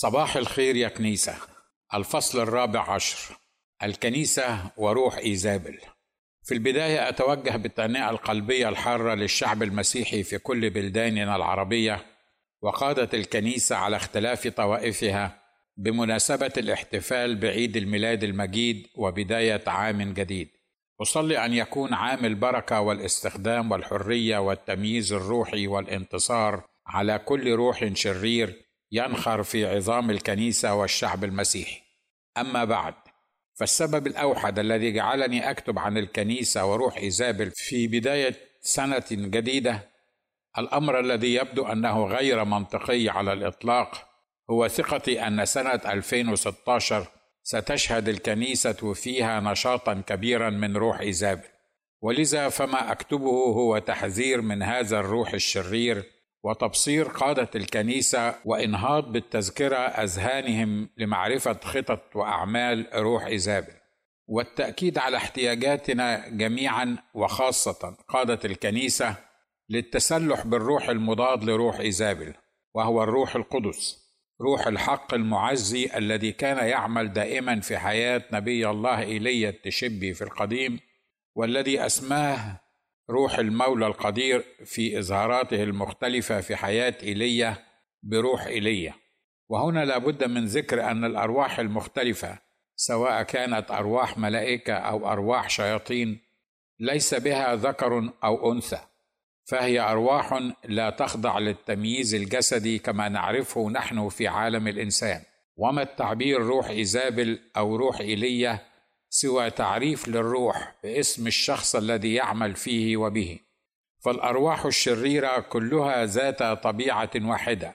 صباح الخير يا كنيسة. الفصل 14: الكنيسة وروح إيزابل. في البداية أتوجه بالتهنئة القلبية الحارة للشعب المسيحي في كل بلداننا العربية وقادة الكنيسة على اختلاف طوائفها بمناسبة الاحتفال بعيد الميلاد المجيد وبداية عام جديد. أصلي أن يكون عام البركة والاستخدام والحرية والتمييز الروحي والانتصار على كل روح شرير ينخر في عظام الكنيسة والشعب المسيحي. أما بعد، فالسبب الأوحد الذي جعلني أكتب عن الكنيسة وروح إيزابل في بداية سنة جديدة، الأمر الذي يبدو أنه غير منطقي على الإطلاق، هو ثقتي أن سنة 2016 ستشهد الكنيسة فيها نشاطا كبيرا من روح إيزابل، ولذا فما أكتبه هو تحذير من هذا الروح الشرير وتبصير قادة الكنيسة وإنهاض بالتذكرة أذهانهم لمعرفة خطط وأعمال روح إيزابل، والتأكيد على احتياجاتنا جميعا وخاصة قادة الكنيسة للتسلح بالروح المضاد لروح إيزابل، وهو الروح القدس، روح الحق المعزي الذي كان يعمل دائما في حياة نبي الله إيليا التشبي في القديم، والذي أسماه روح المولى القدير في إظهاراته المختلفة في حياة إيليا بروح إيليا. وهنا لابد من ذكر أن الأرواح المختلفة، سواء كانت أرواح ملائكة أو أرواح شياطين، ليس بها ذكر أو أنثى، فهي أرواح لا تخضع للتمييز الجسدي كما نعرفه نحن في عالم الإنسان. وما التعبير روح إيزابل أو روح إيليا سوى تعريف للروح باسم الشخص الذي يعمل فيه وبه. فالأرواح الشريرة كلها ذات طبيعة واحدة،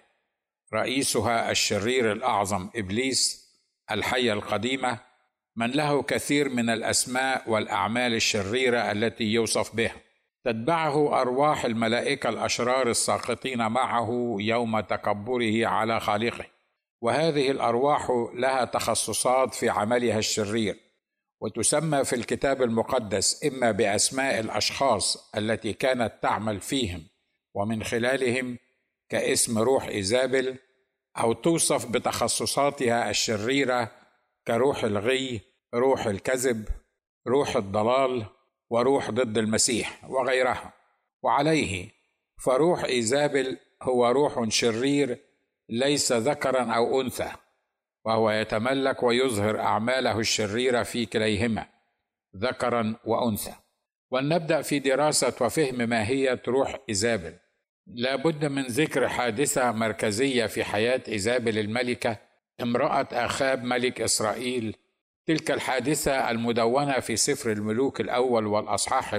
رئيسها الشرير الأعظم إبليس، الحية القديمة، من له كثير من الأسماء والأعمال الشريرة التي يوصف بها. تتبعه أرواح الملائكة الأشرار الساقطين معه يوم تكبره على خالقه، وهذه الأرواح لها تخصصات في عملها الشرير، وتسمى في الكتاب المقدس إما بأسماء الأشخاص التي كانت تعمل فيهم ومن خلالهم كاسم روح إيزابل، أو توصف بتخصصاتها الشريرة كروح الغي، روح الكذب، روح الضلال، وروح ضد المسيح وغيرها. وعليه فروح إيزابل هو روح شرير ليس ذكرا أو أنثى، وهو يتملك ويظهر أعماله الشريرة في كليهما ذكرا وأنثى. ولنبدأ في دراسة وفهم ماهية روح إيزابل. لا بد من ذكر حادثة مركزية في حياة إيزابل الملكة، امرأة آخاب ملك إسرائيل. تلك الحادثة المدونة في سفر الملوك الأول والأصحاح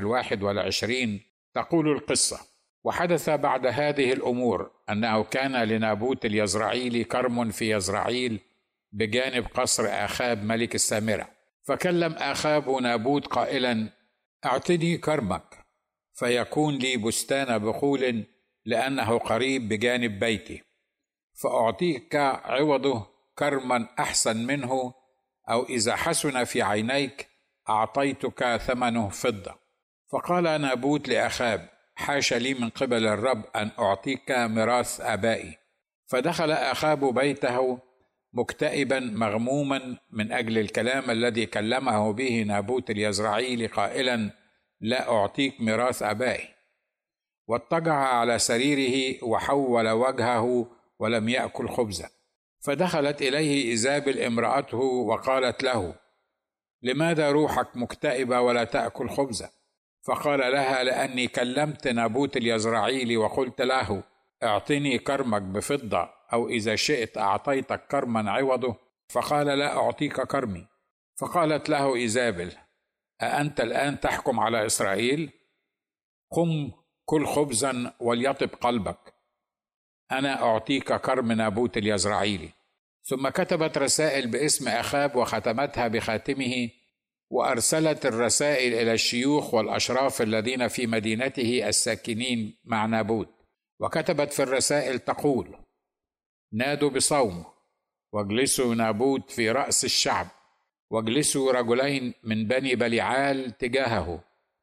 21. تقول القصة: وحدث بعد هذه الأمور أنه كان لنابوت اليزرعيلي كرم في يزرعيل بجانب قصر آخاب ملك السامرة، فكلم آخاب نابوت قائلا: أعطني كرمك فيكون لي بستان بخول، لأنه قريب بجانب بيتي، فأعطيك عوضه كرما أحسن منه، أو إذا حسن في عينيك أعطيتك ثمنه فضة. فقال نابوت لآخاب: حاش لي من قبل الرب أن أعطيك ميراث آبائي. فدخل آخاب بيته مكتئبا مغموما من أجل الكلام الذي كلمه به نابوت اليزرعيلي قائلا: لا أعطيك ميراث آبائي. واضطجع على سريره وحول وجهه ولم يأكل خبزا. فدخلت إليه إيزابل امرأته وقالت له: لماذا روحك مكتئبة ولا تأكل خبزا؟ فقال لها: لأني كلمت نابوت اليزرعيلي وقلت له: اعطني كرمك بفضة، أو إذا شئت أعطيتك كرما عوضه، فقال: لا أعطيك كرمي. فقالت له إيزابل: أأنت الآن تحكم على إسرائيل؟ قم كل خبزا وليطب قلبك، أنا أعطيك كرم نابوت اليزرعيلي. ثم كتبت رسائل باسم أخاب وختمتها بخاتمه، وأرسلت الرسائل إلى الشيوخ والأشراف الذين في مدينته الساكنين مع نابوت، وكتبت في الرسائل تقول: نادوا بصوم، واجلسوا نابوت في رأس الشعب، واجلسوا رجلين من بني بليعال تجاهه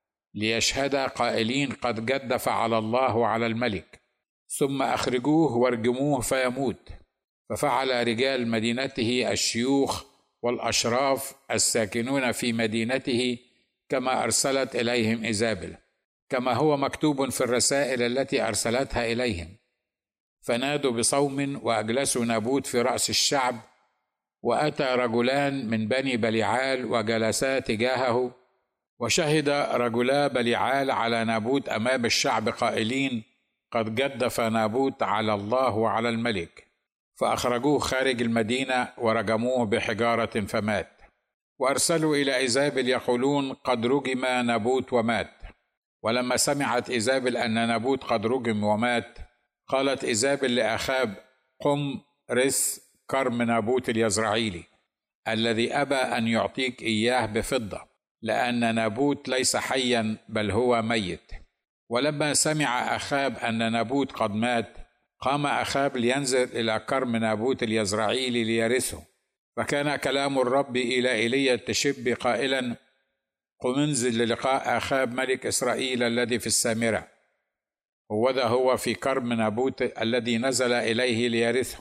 ليشهدا قائلين: قد جدف على الله وعلى الملك، ثم أخرجوه وارجموه فيموت. ففعل رجال مدينته الشيوخ والأشراف الساكنون في مدينته كما أرسلت إليهم إيزابل، كما هو مكتوب في الرسائل التي أرسلتها إليهم. فنادوا بصوم وأجلسوا نابوت في رأس الشعب، وأتى رجلان من بني بليعال وجلسا تجاهه، وشهد رجلا بليعال على نابوت أمام الشعب قائلين: قد جدف نابوت على الله وعلى الملك. فأخرجوه خارج المدينة ورجموه بحجارة فمات. وأرسلوا إلى إيزابل يقولون: قد رجم نابوت ومات. ولما سمعت إيزابل أن نابوت قد رجم ومات، قالت إيزابل لأخاب: قم رث كرم نابوت اليزرعيلي الذي أبى أن يعطيك إياه بفضة، لأن نابوت ليس حيا بل هو ميت. ولما سمع أخاب أن نابوت قد مات، قام أخاب لينزل إلى كرم نابوت اليزرعيلي ليرثه. فكان كلام الرب إلى إيليا التشبي قائلا: قم انزل للقاء أخاب ملك إسرائيل الذي في السامرة، وذا هو في كرم نابوت الذي نزل إليه ليرثه،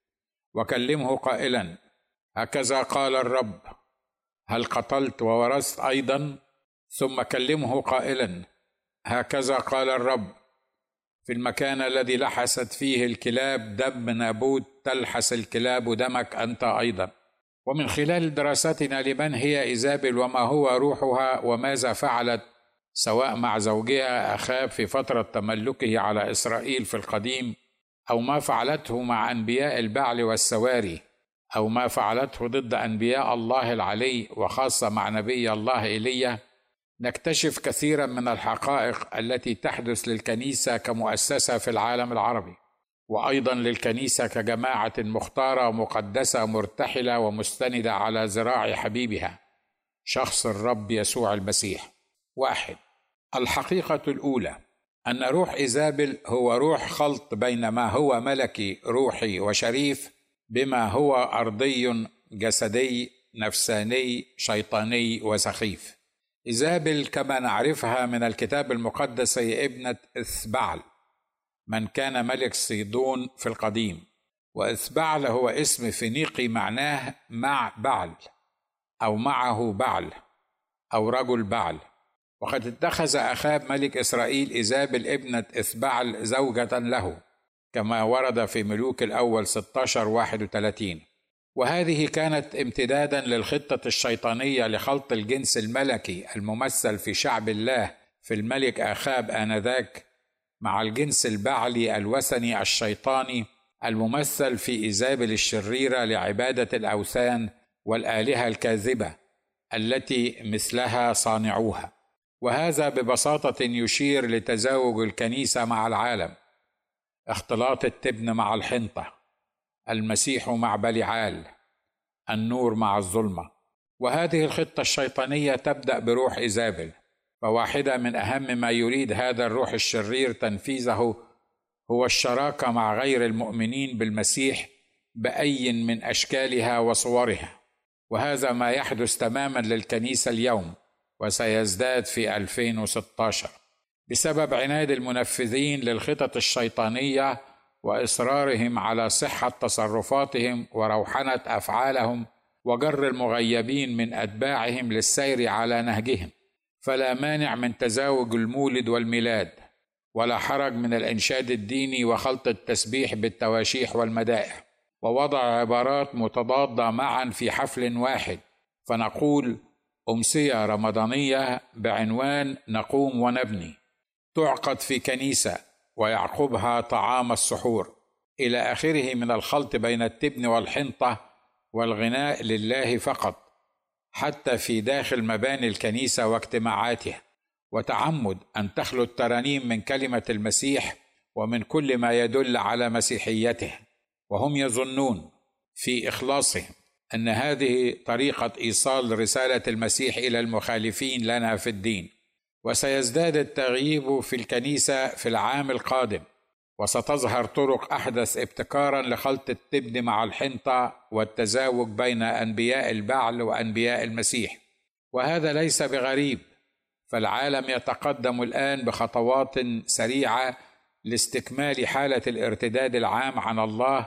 وكلمه قائلا: هكذا قال الرب: هل قتلت وورثت أيضا؟ ثم كلمه قائلا: هكذا قال الرب: في المكان الذي لحست فيه الكلاب دم نابوت تلحس الكلاب دمك أنت أيضا. ومن خلال دراستنا لمن هي إيزابل وما هو روحها وماذا فعلت سواء مع زوجها أخاب في فترة تملكه على إسرائيل في القديم، أو ما فعلته مع أنبياء البعل والسواري، أو ما فعلته ضد أنبياء الله العلي وخاصة مع نبي الله إيليا، نكتشف كثيرا من الحقائق التي تحدث للكنيسة كمؤسسة في العالم العربي، وأيضا للكنيسة كجماعة مختارة مقدسة مرتحلة ومستندة على ذراع حبيبها شخص الرب يسوع المسيح. 1. الحقيقة الأولى أن روح إيزابل هو روح خلط بين ما هو ملكي روحي وشريف بما هو أرضي جسدي نفساني شيطاني وسخيف. إيزابل كما نعرفها من الكتاب المقدس هي ابنة إثبعل من كان ملك صيدون في القديم، وإثبعل هو اسم فينيقي معناه مع بعل أو معه بعل أو رجل بعل. وقد اتخذ أخاب ملك إسرائيل إيزابل ابنة إثبعل زوجة له كما ورد في ملوك الأول 16:31. وهذه كانت امتدادا للخطة الشيطانية لخلط الجنس الملكي الممثل في شعب الله في الملك أخاب آنذاك مع الجنس البعلي الوثني الشيطاني الممثل في إيزابل الشريرة لعبادة الأوثان والآلهة الكاذبة التي مثلها صانعوها. وهذا ببساطة يشير لتزاوج الكنيسة مع العالم، اختلاط التبن مع الحنطة، المسيح مع بليعال، النور مع الظلمة. وهذه الخطة الشيطانية تبدأ بروح إيزابل، فواحدة من أهم ما يريد هذا الروح الشرير تنفيذه هو الشراكة مع غير المؤمنين بالمسيح بأي من أشكالها وصورها. وهذا ما يحدث تماما للكنيسة اليوم وسيزداد في 2016 بسبب عناد المنفذين للخطط الشيطانية وإصرارهم على صحة تصرفاتهم وروحنة أفعالهم وجر المغيبين من أتباعهم للسير على نهجهم. فلا مانع من تزاوج المولد والميلاد، ولا حرج من الإنشاد الديني وخلط التسبيح بالتواشيح والمدائح ووضع عبارات متضادة معا في حفل واحد، فنقول أمسية رمضانية بعنوان نقوم ونبني تعقد في كنيسة ويعقبها طعام السحور إلى آخره من الخلط بين التبن والحنطة والغناء لله فقط حتى في داخل مباني الكنيسة واجتماعاتها، وتعمد أن تخلو الترانيم من كلمة المسيح ومن كل ما يدل على مسيحيته. وهم يظنون في إخلاصهم أن هذه طريقة إيصال رسالة المسيح إلى المخالفين لنا في الدين. وسيزداد التغييب في الكنيسة في العام القادم، وستظهر طرق أحدث ابتكارا لخلط التبن مع الحنطة والتزاوج بين أنبياء البعل وأنبياء المسيح. وهذا ليس بغريب، فالعالم يتقدم الآن بخطوات سريعة لاستكمال حالة الارتداد العام عن الله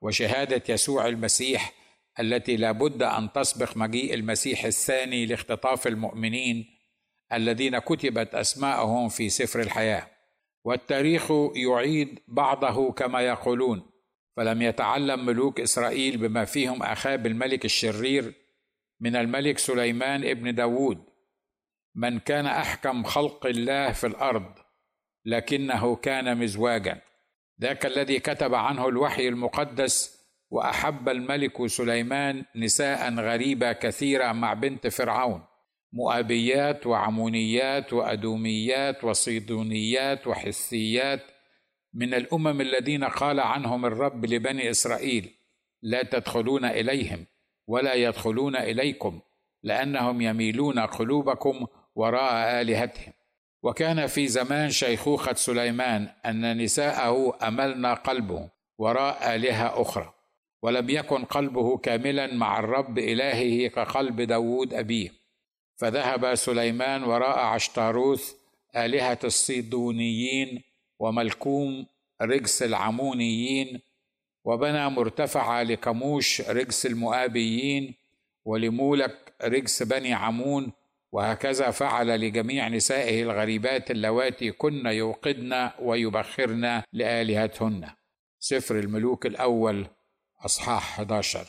وشهادة يسوع المسيح التي لا بد أن تسبق مجيء المسيح الثاني لاختطاف المؤمنين الذين كتبت أسماءهم في سفر الحياة. والتاريخ يعيد بعضه كما يقولون، فلم يتعلم ملوك إسرائيل بما فيهم أخاب الملك الشرير من الملك سليمان ابن داود، من كان أحكم خلق الله في الأرض لكنه كان مزواجا، ذاك الذي كتب عنه الوحي المقدس: وأحب الملك سليمان نساء غريبة كثيرة مع بنت فرعون، مؤابيات وعمونيات وأدوميات وصيدونيات وحثيات، من الأمم الذين قال عنهم الرب لبني إسرائيل: لا تدخلون إليهم ولا يدخلون إليكم، لأنهم يميلون قلوبكم وراء آلهتهم. وكان في زمان شيخوخة سليمان أن نساءه أملن قلبه وراء آلهة أخرى، ولم يكن قلبه كاملا مع الرب إلهه كقلب داود أبيه، فذهب سليمان وراء عشتاروث آلهة الصيدونيين وملكوم رجس العمونيين، وبنى مرتفعة لكموش رجس المؤابيين ولمولك رجس بني عمون، وهكذا فعل لجميع نسائه الغريبات اللواتي كن يوقدن ويبخرن لآلهتهن. سفر الملوك الأول أصحاح 11.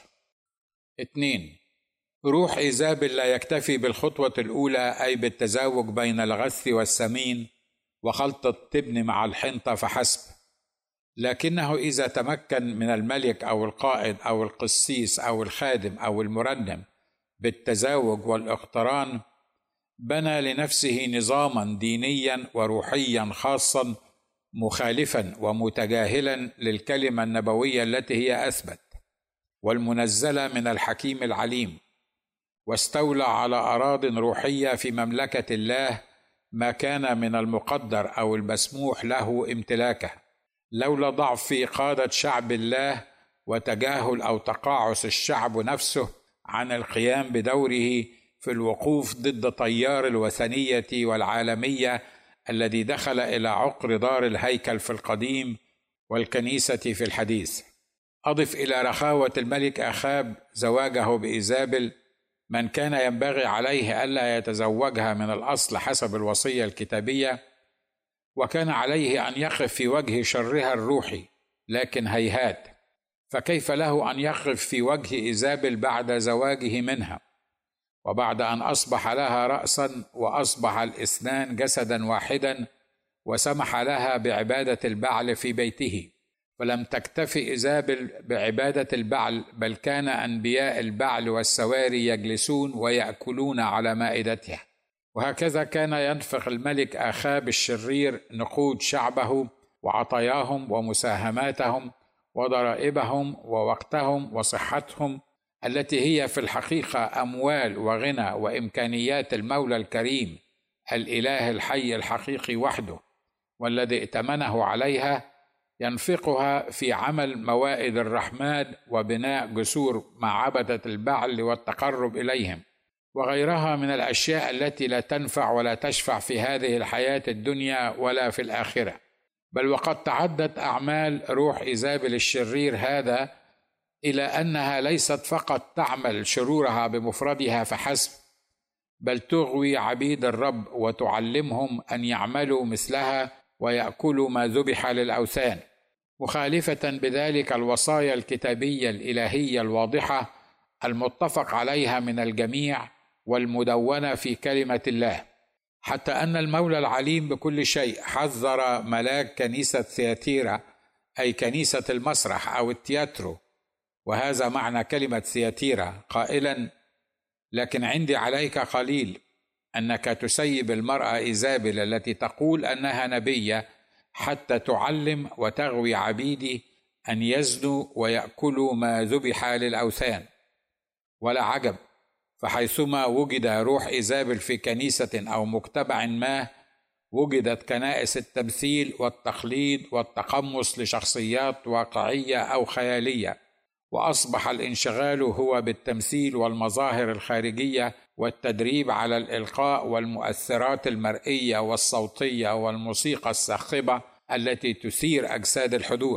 2. روح إيزابل لا يكتفي بالخطوة الأولى، أي بالتزاوج بين الغث والسمين وخلط التبن مع الحنطة فحسب، لكنه إذا تمكن من الملك أو القائد أو القسيس أو الخادم أو المرنم بالتزاوج والاقتران، بنى لنفسه نظاما دينيا وروحيا خاصا مخالفا ومتجاهلا للكلمة النبوية التي هي أثبت والمنزلة من الحكيم العليم، واستولى على أراضٍ روحية في مملكة الله ما كان من المقدر أو المسموح له امتلاكه، لولا ضعف قادة شعب الله وتجاهل أو تقاعس الشعب نفسه عن القيام بدوره في الوقوف ضد تيار الوثنية والعالمية الذي دخل إلى عقر دار الهيكل في القديم والكنيسة في الحديث. أضف إلى رخاوة الملك أخاب زواجه بإيزابل من كان ينبغي عليه ألا يتزوجها من الأصل حسب الوصية الكتابية، وكان عليه أن يقف في وجه شرها الروحي، لكن هيهات، فكيف له أن يقف في وجه إيزابل بعد زواجه منها، وبعد أن أصبح لها رأسا وأصبح الاثنان جسدا واحدا، وسمح لها بعبادة البعل في بيته. فلم تكتفي إيزابل بعبادة البعل، بل كان أنبياء البعل والسواري يجلسون ويأكلون على مائدتها. وهكذا كان ينفق الملك أخاب الشرير نقود شعبه وعطاياهم ومساهماتهم وضرائبهم ووقتهم وصحتهم، التي هي في الحقيقة أموال وغنى وإمكانيات المولى الكريم الإله الحي الحقيقي وحده، والذي ائتمنه عليها، ينفقها في عمل موائد الرحماد وبناء جسور مع عبدة البعل والتقرب إليهم، وغيرها من الأشياء التي لا تنفع ولا تشفع في هذه الحياة الدنيا ولا في الآخرة. بل وقد تعدت أعمال روح إيزابل الشرير هذا إلى أنها ليست فقط تعمل شرورها بمفردها فحسب، بل تغوي عبيد الرب وتعلمهم أن يعملوا مثلها ويأكلوا ما ذبح للأوثان، مخالفة بذلك الوصايا الكتابية الإلهية الواضحة المتفق عليها من الجميع والمدونة في كلمة الله، حتى أن المولى العليم بكل شيء حذر ملاك كنيسة ثياتيرا، أي كنيسة المسرح أو التياترو، وهذا معنى كلمة ثياتيرا، قائلا: لكن عندي عليك قليل أنك تسيب المرأة إيزابل التي تقول أنها نبية، حتى تعلم وتغوي عبيدي أن يزنوا ويأكلوا ما ذبح للأوثان. ولا عجب، فحيثما وجد روح إيزابل في كنيسة أو مجتمع ما، وجدت كنائس التمثيل والتقليد والتقمص لشخصيات واقعية أو خيالية، وأصبح الانشغال هو بالتمثيل والمظاهر الخارجية والتدريب على الإلقاء والمؤثرات المرئية والصوتية والموسيقى الصاخبة التي تثير أجساد الحضور.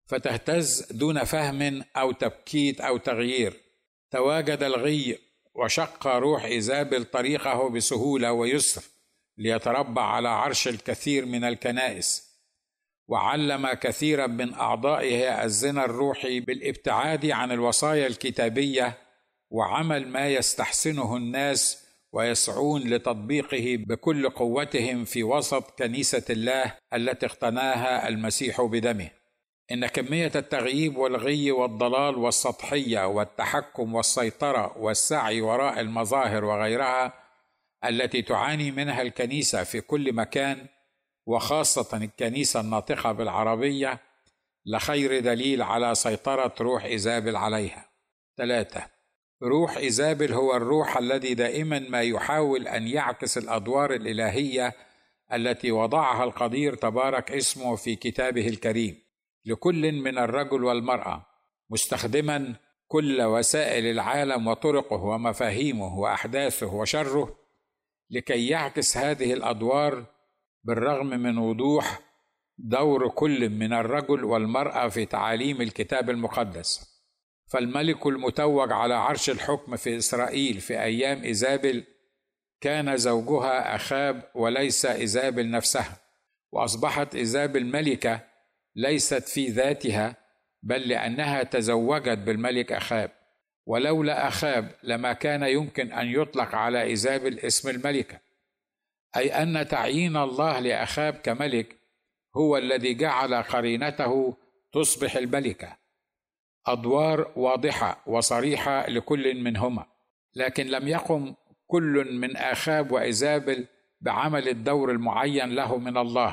فتهتز دون فهم أو تبكيت أو تغيير. تواجد الغي وشق روح إيزابل طريقه بسهولة ويسر ليتربع على عرش الكثير من الكنائس، وعلم كثيرا من أعضائه الزنا الروحي بالابتعاد عن الوصايا الكتابية، وعمل ما يستحسنه الناس ويسعون لتطبيقه بكل قوتهم في وسط كنيسة الله التي اقتناها المسيح بدمه. إن كمية التغييب والغي والضلال والسطحية والتحكم والسيطرة والسعي وراء المظاهر وغيرها التي تعاني منها الكنيسة في كل مكان، وخاصة الكنيسة الناطقة بالعربية، لخير دليل على سيطرة روح إيزابل عليها. 3. روح إيزابل هو الروح الذي دائما ما يحاول أن يعكس الأدوار الإلهية التي وضعها القدير تبارك اسمه في كتابه الكريم لكل من الرجل والمرأة، مستخدما كل وسائل العالم وطرقه ومفاهيمه وأحداثه وشره لكي يعكس هذه الأدوار، بالرغم من وضوح دور كل من الرجل والمرأة في تعاليم الكتاب المقدس. فالملك المتوج على عرش الحكم في إسرائيل في أيام إيزابل كان زوجها أخاب وليس إيزابل نفسها، وأصبحت إيزابل ملكة ليست في ذاتها بل لأنها تزوجت بالملك أخاب، ولولا أخاب لما كان يمكن أن يطلق على إيزابل اسم الملكة، أي أن تعيين الله لأخاب كملك هو الذي جعل قرينته تصبح الملكة. أدوار واضحة وصريحة لكل منهما، لكن لم يقم كل من أخاب وإيزابل بعمل الدور المعين له من الله.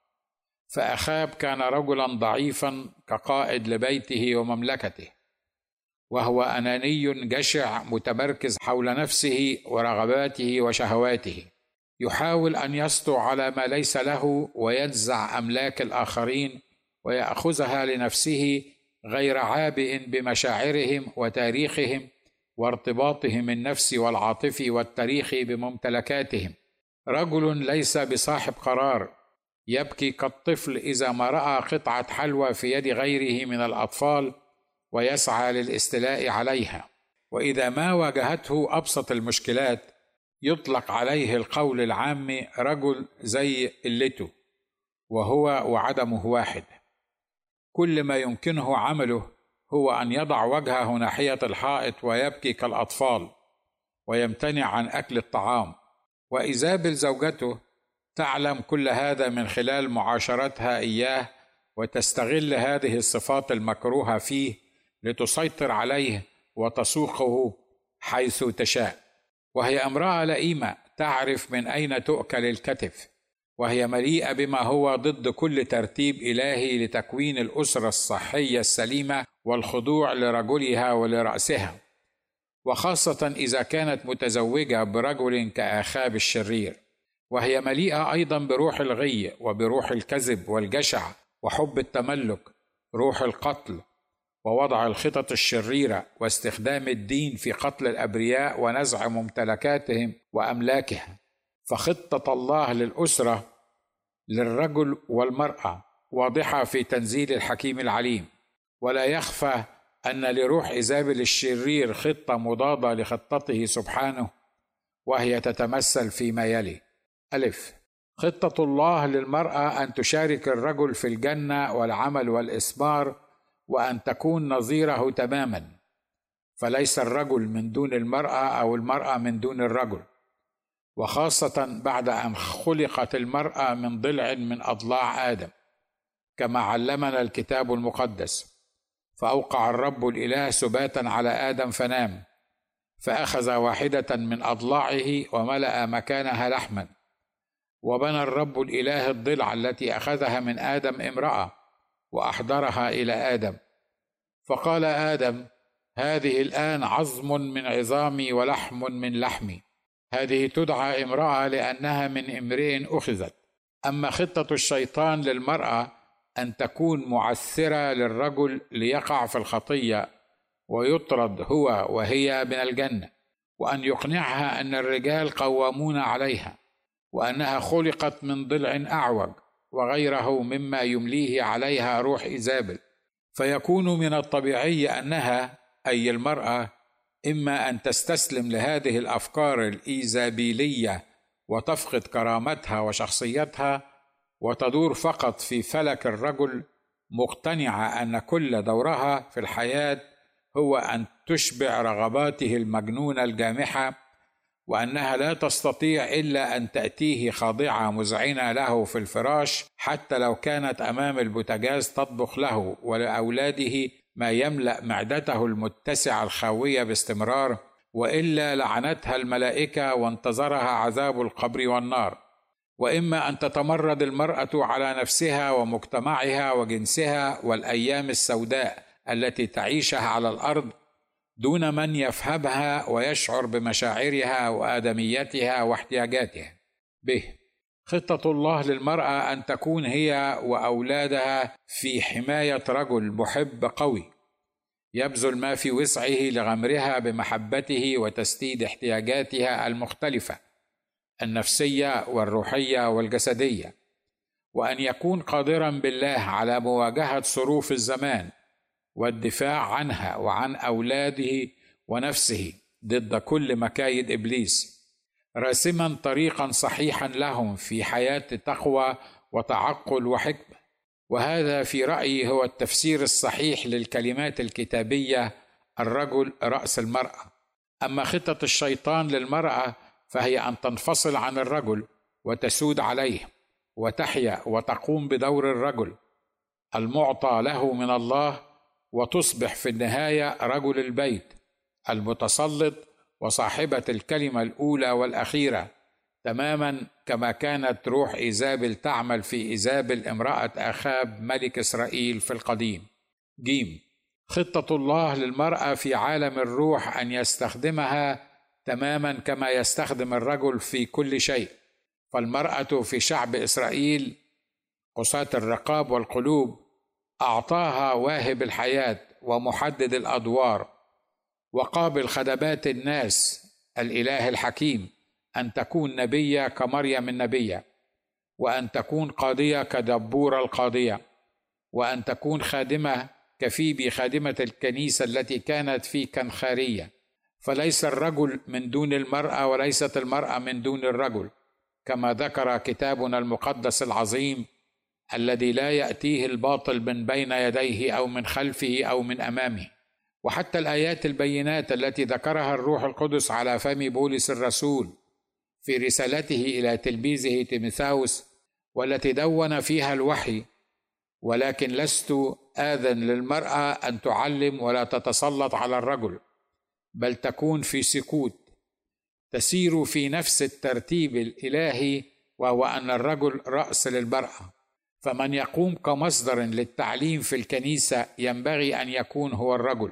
فأخاب كان رجلا ضعيفا كقائد لبيته ومملكته، وهو أناني جشع متمركز حول نفسه ورغباته وشهواته، يحاول أن يسطو على ما ليس له وينزع أملاك الآخرين ويأخذها لنفسه، غير عابئ بمشاعرهم وتاريخهم وارتباطهم النفسي والعاطفي والتاريخي بممتلكاتهم. رجل ليس بصاحب قرار، يبكي كالطفل إذا ما رأى قطعة حلوى في يد غيره من الأطفال ويسعى للاستيلاء عليها، وإذا ما واجهته أبسط المشكلات يطلق عليه القول العام رجل زي قلته، وهو وعدمه واحد. كل ما يمكنه عمله هو أن يضع وجهه ناحية الحائط ويبكي كالأطفال ويمتنع عن أكل الطعام. وإيزابل زوجته تعلم كل هذا من خلال معاشرتها إياه، وتستغل هذه الصفات المكروهة فيه لتسيطر عليه وتسوقه حيث تشاء. وهي امرأة لئيمة تعرف من أين تؤكل الكتف، وهي مليئة بما هو ضد كل ترتيب إلهي لتكوين الأسرة الصحية السليمة والخضوع لرجلها ولرأسها، وخاصة إذا كانت متزوجة برجل كآخاب الشرير. وهي مليئة أيضا بروح الغي وبروح الكذب والجشع وحب التملك، روح القتل ووضع الخطط الشريرة واستخدام الدين في قتل الأبرياء ونزع ممتلكاتهم وأملاكها. فخطة الله للأسرة للرجل والمرأة واضحة في تنزيل الحكيم العليم، ولا يخفى أن لروح إيزابل الشرير خطة مضادة لخطته سبحانه، وهي تتمثل فيما يلي: 1. خطة الله للمرأة أن تشارك الرجل في الجنة والعمل والإثمار، وأن تكون نظيره تماما، فليس الرجل من دون المرأة أو المرأة من دون الرجل، وخاصة بعد أن خلقت المرأة من ضلع من أضلاع آدم، كما علمنا الكتاب المقدس: فأوقع الرب الإله سباتا على آدم فنام، فأخذ واحدة من أضلاعه وملأ مكانها لحما، وبنى الرب الإله الضلع التي أخذها من آدم امرأة وأحضرها إلى آدم، فقال آدم: هذه الآن عظم من عظامي ولحم من لحمي، هذه تدعى امرأة لأنها من امرئ أخذت. أما خطة الشيطان للمرأة أن تكون معثرة للرجل ليقع في الخطية ويطرد هو وهي من الجنة، وأن يقنعها أن الرجال قوامون عليها، وأنها خلقت من ضلع أعوج، وغيره مما يمليه عليها روح إيزابل. فيكون من الطبيعي أنها أي المرأة إما أن تستسلم لهذه الأفكار الإيزابيلية وتفقد كرامتها وشخصيتها وتدور فقط في فلك الرجل، مقتنعة أن كل دورها في الحياة هو أن تشبع رغباته المجنونة الجامحة، وأنها لا تستطيع إلا أن تأتيه خاضعة مذعنة له في الفراش، حتى لو كانت أمام البوتاجاز تطبخ له ولأولاده ما يملأ معدته المتسعة الخاوية باستمرار، وإلا لعنتها الملائكة وانتظرها عذاب القبر والنار. وإما أن تتمرد المرأة على نفسها ومجتمعها وجنسها والأيام السوداء التي تعيشها على الأرض دون من يفهمها ويشعر بمشاعرها وآدميتها واحتياجاتها. ب. خطة الله للمرأة أن تكون هي وأولادها في حماية رجل محب قوي يبذل ما في وسعه لغمرها بمحبته وتسديد احتياجاتها المختلفة النفسية والروحية والجسدية، وأن يكون قادرا بالله على مواجهة ظروف الزمان والدفاع عنها وعن أولاده ونفسه ضد كل مكايد إبليس، راسما طريقا صحيحا لهم في حياة تقوى وتعقل وحكمة. وهذا في رأيي هو التفسير الصحيح للكلمات الكتابية: الرجل رأس المرأة. أما خطة الشيطان للمرأة فهي أن تنفصل عن الرجل وتسود عليه وتحيا وتقوم بدور الرجل المعطى له من الله، وتصبح في النهاية رجل البيت المتسلط وصاحبة الكلمة الأولى والأخيرة، تماما كما كانت روح إيزابل تعمل في إيزابل امرأة أخاب ملك إسرائيل في القديم. ج. خطة الله للمرأة في عالم الروح أن يستخدمها تماما كما يستخدم الرجل في كل شيء. فالمرأة في شعب إسرائيل قساة الرقاب والقلوب أعطاها واهب الحياة ومحدد الأدوار وقابل خدمات الناس الإله الحكيم، أن تكون نبية كمريم النبية، وأن تكون قاضية كدبورة القاضية، وأن تكون خادمة كفيبي خادمة الكنيسة التي كانت في كنخارية. فليس الرجل من دون المرأة وليست المرأة من دون الرجل، كما ذكر كتابنا المقدس العظيم الذي لا يأتيه الباطل من بين يديه أو من خلفه أو من أمامه. وحتى الآيات البينات التي ذكرها الروح القدس على فم بولس الرسول في رسالته إلى تلميذه تيموثاوس، والتي دون فيها الوحي: ولكن لست آذن للمرأة أن تعلم ولا تتسلط على الرجل، بل تكون في سكوت، تسير في نفس الترتيب الإلهي، وهو أن الرجل رأس للمرأة. فمن يقوم كمصدر للتعليم في الكنيسة ينبغي أن يكون هو الرجل،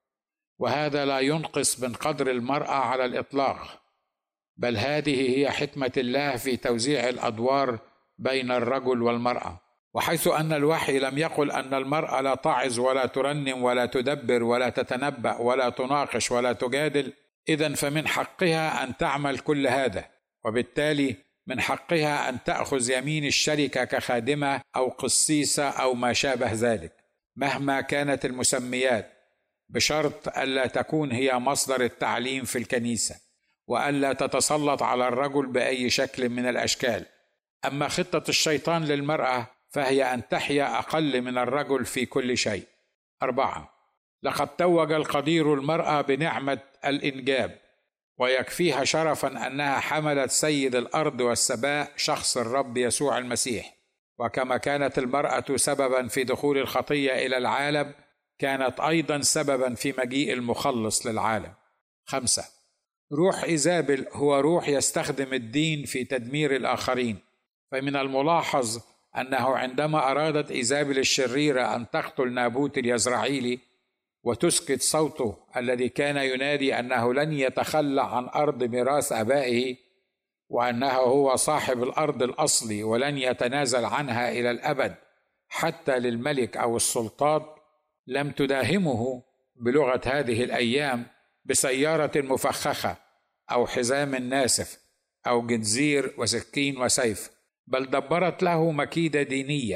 وهذا لا ينقص من قدر المرأة على الإطلاق، بل هذه هي حكمة الله في توزيع الأدوار بين الرجل والمرأة. وحيث أن الوحي لم يقل أن المرأة لا تعظ ولا ترنم ولا تدبر ولا تتنبأ ولا تناقش ولا تجادل، إذن فمن حقها أن تعمل كل هذا، وبالتالي من حقها أن تأخذ يمين الشركة كخادمة أو قسيسة أو ما شابه ذلك مهما كانت المسميات، بشرط ألا تكون هي مصدر التعليم في الكنيسة، وألا تتسلط على الرجل بأي شكل من الأشكال. أما خطة الشيطان للمرأة فهي أن تحيا أقل من الرجل في كل شيء. 4. لقد توج القدير المرأة بنعمة الإنجاب، ويكفيها شرفا أنها حملت سيد الأرض والسماء شخص الرب يسوع المسيح. وكما كانت المرأة سببا في دخول الخطية إلى العالم، كانت أيضا سببا في مجيء المخلص للعالم. 5. روح إيزابل هو روح يستخدم الدين في تدمير الآخرين. فمن الملاحظ أنه عندما أرادت إيزابل الشريرة أن تقتل نابوت اليزرعيلي وتسكت صوته الذي كان ينادي أنه لن يتخلى عن أرض ميراث آبائه، وأنه هو صاحب الأرض الأصلي ولن يتنازل عنها إلى الأبد حتى للملك أو السلطان، لم تداهمه بلغة هذه الأيام بسيارة مفخخة أو حزام ناسف أو جنزير وسكين وسيف، بل دبرت له مكيدة دينية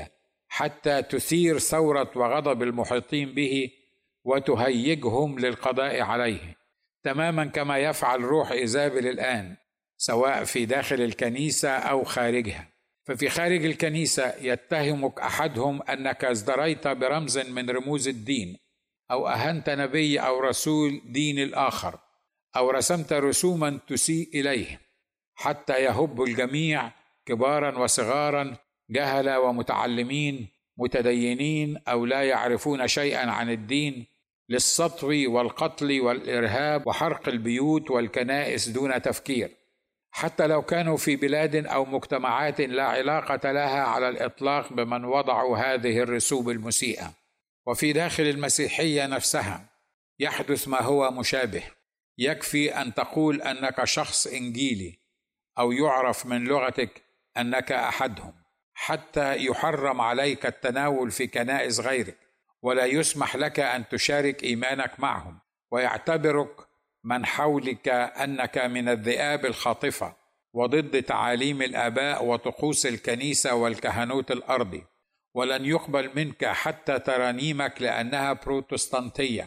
حتى تثير ثورة وغضب المحيطين به وتهيجهم للقضاء عليه، تماما كما يفعل روح إيزابل الآن، سواء في داخل الكنيسة أو خارجها. ففي خارج الكنيسة يتهمك أحدهم أنك ازدريت برمز من رموز الدين، أو أهنت نبي أو رسول دين الآخر، أو رسمت رسوما تسيء إليه، حتى يهب الجميع كبارا وصغارا، جهلة ومتعلمين، متدينين أو لا يعرفون شيئا عن الدين، للسطو والقتل والإرهاب وحرق البيوت والكنائس دون تفكير، حتى لو كانوا في بلاد أو مجتمعات لا علاقة لها على الإطلاق بمن وضعوا هذه الرسوم المسيئة. وفي داخل المسيحية نفسها يحدث ما هو مشابه. يكفي أن تقول أنك شخص إنجيلي أو يعرف من لغتك أنك أحدهم، حتى يحرم عليك التناول في كنائس غيرك، ولا يسمح لك أن تشارك إيمانك معهم، ويعتبرك من حولك أنك من الذئاب الخاطفة وضد تعاليم الآباء وطقوس الكنيسة والكهنوت الأرضي، ولن يقبل منك حتى ترانيمك لأنها بروتستانتية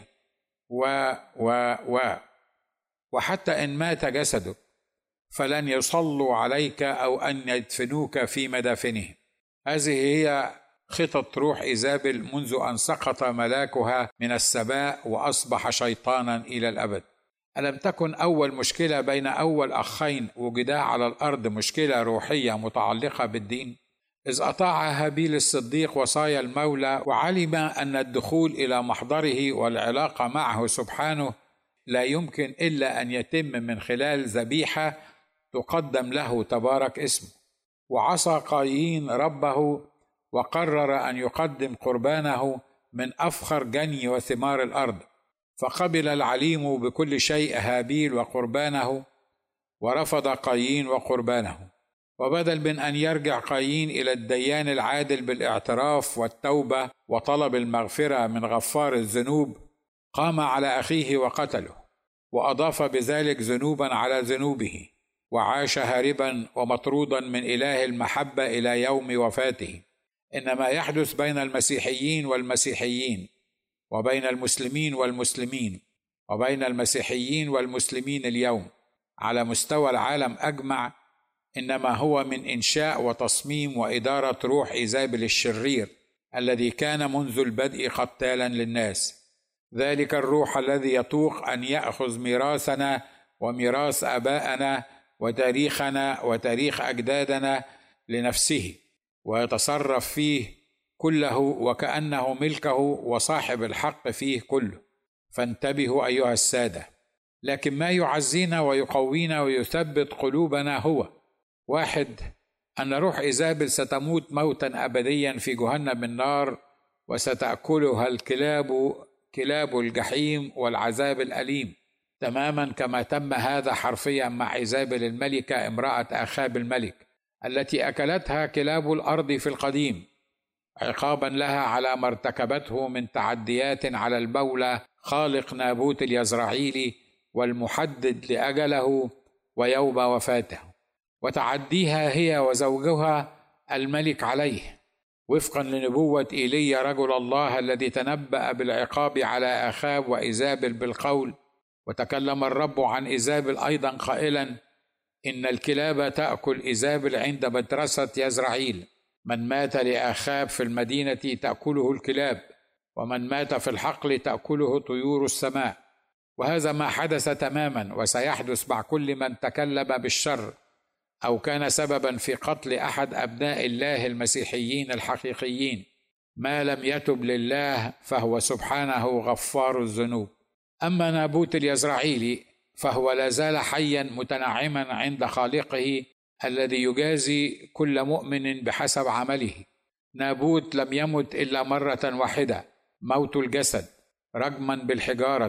وحتى إن مات جسدك فلن يصلوا عليك أو أن يدفنوك في مدافنهم. هذه هي خطط روح إيزابل منذ أن سقط ملاكها من السماء وأصبح شيطانا إلى الأبد. ألم تكن أول مشكلة بين أول أخين وجدا على الأرض مشكلة روحية متعلقة بالدين؟ إذ أطاع هابيل الصديق وصايا المولى وعلم أن الدخول إلى محضره والعلاقة معه سبحانه لا يمكن إلا أن يتم من خلال ذبيحة تقدم له تبارك اسمه، وعصى قايين ربه وقرر أن يقدم قربانه من أفخر جني وثمار الأرض، فقبل العليم بكل شيء هابيل وقربانه ورفض قايين وقربانه. وبدل من أن يرجع قايين إلى الديان العادل بالاعتراف والتوبة وطلب المغفرة من غفار الذنوب، قام على أخيه وقتله، وأضاف بذلك ذنوبا على ذنوبه، وعاش هاربا ومطرودا من إله المحبة إلى يوم وفاته. إنما يحدث بين المسيحيين والمسيحيين، وبين المسلمين والمسلمين، وبين المسيحيين والمسلمين اليوم على مستوى العالم أجمع، إنما هو من إنشاء وتصميم وإدارة روح إيزابل الشرير الذي كان منذ البدء قتالا للناس. ذلك الروح الذي يطوق أن يأخذ ميراثنا وميراث آبائنا وتاريخنا وتاريخ أجدادنا لنفسه، ويتصرف فيه كله وكأنه ملكه وصاحب الحق فيه كله. فانتبهوا أيها السادة. لكن ما يعزينا ويقوينا ويثبت قلوبنا هو: واحد، أن روح إيزابل ستموت موتا أبديا في جهنم النار، وستأكلها الكلاب، كلاب الجحيم والعذاب الأليم، تماما كما تم هذا حرفيا مع إيزابل الملكة امرأة آخاب الملك التي أكلتها كلاب الأرض في القديم، عقابا لها على ما ارتكبته من تعديات على المولى خالق نابوت اليزرعيلي والمحدد لأجله ويوم وفاته، وتعديها هي وزوجها الملك عليه وفقا لنبوة إيليا رجل الله الذي تنبأ بالعقاب على آخاب وإيزابل بالقول. وتكلم الرب عن إيزابل أيضا قائلا: إن الكلاب تأكل إيزابل عند مدرسة يزرعيل، من مات لآخاب في المدينة تأكله الكلاب، ومن مات في الحقل تأكله طيور السماء. وهذا ما حدث تماما وسيحدث مع كل من تكلم بالشر أو كان سببا في قتل أحد أبناء الله المسيحيين الحقيقيين، ما لم يتب لله فهو سبحانه غفار الذنوب. أما نابوت اليزرعيلي فهو لا زال حيا متنعما عند خالقه الذي يجازي كل مؤمن بحسب عمله. نابوت لم يمت إلا مرة واحدة، موت الجسد رجما بالحجارة،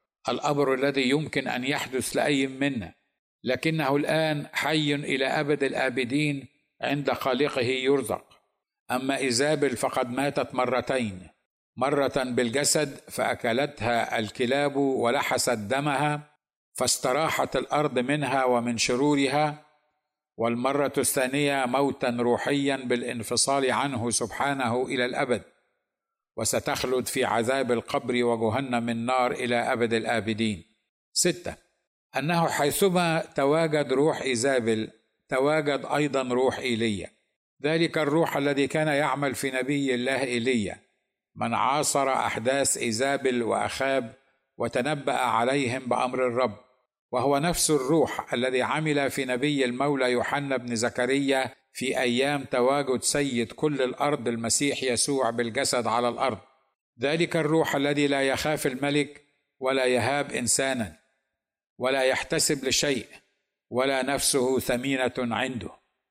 الأمر الذي يمكن أن يحدث لأي منا، لكنه الآن حي إلى أبد الآبدين عند خالقه يرزق. أما إيزابل فقد ماتت مرتين، مرة بالجسد فأكلتها الكلاب ولحست دمها فاستراحت الأرض منها ومن شرورها، والمرة الثانية موتا روحيا بالانفصال عنه سبحانه إلى الأبد، وستخلد في عذاب القبر وجهنم النار إلى أبد الآبدين. 6. أنه حيثما تواجد روح إيزابل تواجد أيضا روح إيليا، ذلك الروح الذي كان يعمل في نبي الله إيليا، من عاصر أحداث إيزابل وأخاب وتنبأ عليهم بأمر الرب، وهو نفس الروح الذي عمل في نبي المولى يوحنا بن زكريا في أيام تواجد سيد كل الأرض المسيح يسوع بالجسد على الأرض. ذلك الروح الذي لا يخاف الملك ولا يهاب إنسانا ولا يحتسب لشيء ولا نفسه ثمينة عنده،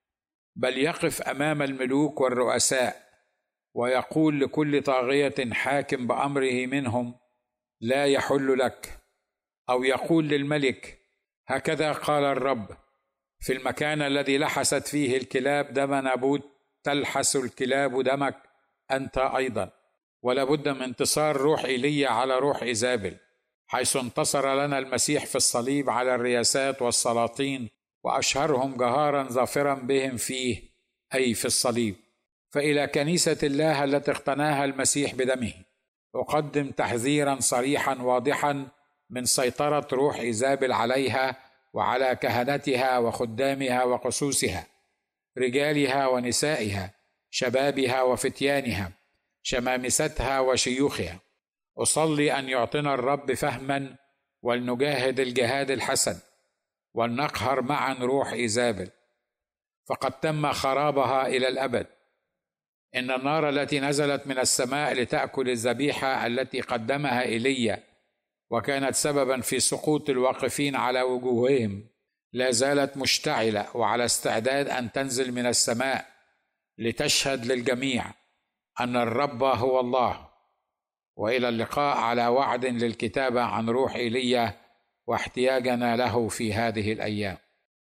بل يقف أمام الملوك والرؤساء ويقول لكل طاغية حاكم بأمره منهم: لا يحل لك، أو يقول للملك: هكذا قال الرب، في المكان الذي لحست فيه الكلاب دم نابوت تلحس الكلاب دمك أنت أيضا. ولا بد من انتصار روح إيليا على روح إيزابل، حيث انتصر لنا المسيح في الصليب على الرياسات والسلاطين وأشهرهم جهارا ظافرا بهم فيه، أي في الصليب. فإلى كنيسة الله التي اقتناها المسيح بدمه أقدم تحذيرا صريحا واضحا من سيطرة روح إيزابل عليها وعلى كهنتها وخدامها وقسوسها، رجالها ونسائها، شبابها وفتيانها، شمامستها وشيوخها. أصلي أن يعطينا الرب فهما، ولنجاهد الجهاد الحسن، ولنقهر معا روح إيزابل، فقد تم خرابها إلى الأبد. إن النار التي نزلت من السماء لتأكل الذبيحة التي قدمها إيليا وكانت سببا في سقوط الواقفين على وجوههم لا زالت مشتعلة وعلى استعداد أن تنزل من السماء لتشهد للجميع أن الرب هو الله. وإلى اللقاء على وعد للكتابة عن روح إيليا واحتياجنا له في هذه الأيام.